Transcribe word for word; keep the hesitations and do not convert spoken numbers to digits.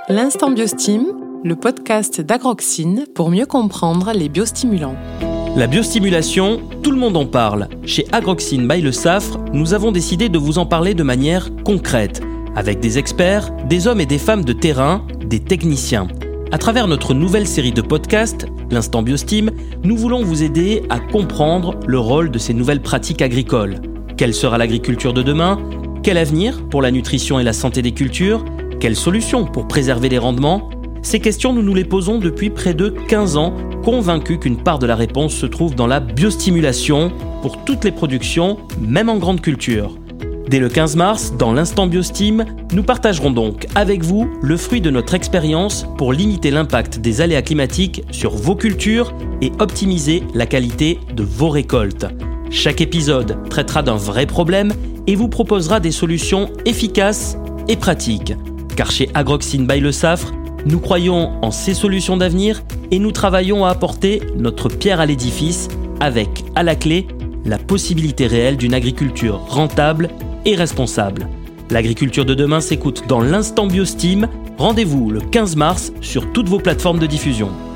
L'Instant Biostim, le podcast d'Agroxine pour mieux comprendre les biostimulants. La biostimulation, tout le monde en parle. Chez Agroxine by Le Saffre, nous avons décidé de vous en parler de manière concrète, avec des experts, des hommes et des femmes de terrain, des techniciens. À travers notre nouvelle série de podcasts, l'Instant Biostim, nous voulons vous aider à comprendre le rôle de ces nouvelles pratiques agricoles. Quelle sera l'agriculture de demain ? Quel avenir pour la nutrition et la santé des cultures ? Quelles solutions pour préserver les rendements ? Ces questions, nous nous les posons depuis près de quinze ans, convaincus qu'une part de la réponse se trouve dans la biostimulation pour toutes les productions, même en grande culture. Dès le quinze mars, dans l'Instant Biostim, nous partagerons donc avec vous le fruit de notre expérience pour limiter l'impact des aléas climatiques sur vos cultures et optimiser la qualité de vos récoltes. Chaque épisode traitera d'un vrai problème et vous proposera des solutions efficaces et pratiques. Car chez Agroxine by Le Saffre, nous croyons en ces solutions d'avenir et nous travaillons à apporter notre pierre à l'édifice avec, à la clé, la possibilité réelle d'une agriculture rentable et responsable. L'agriculture de demain s'écoute dans l'Instant Biostim. Rendez-vous le quinze mars sur toutes vos plateformes de diffusion.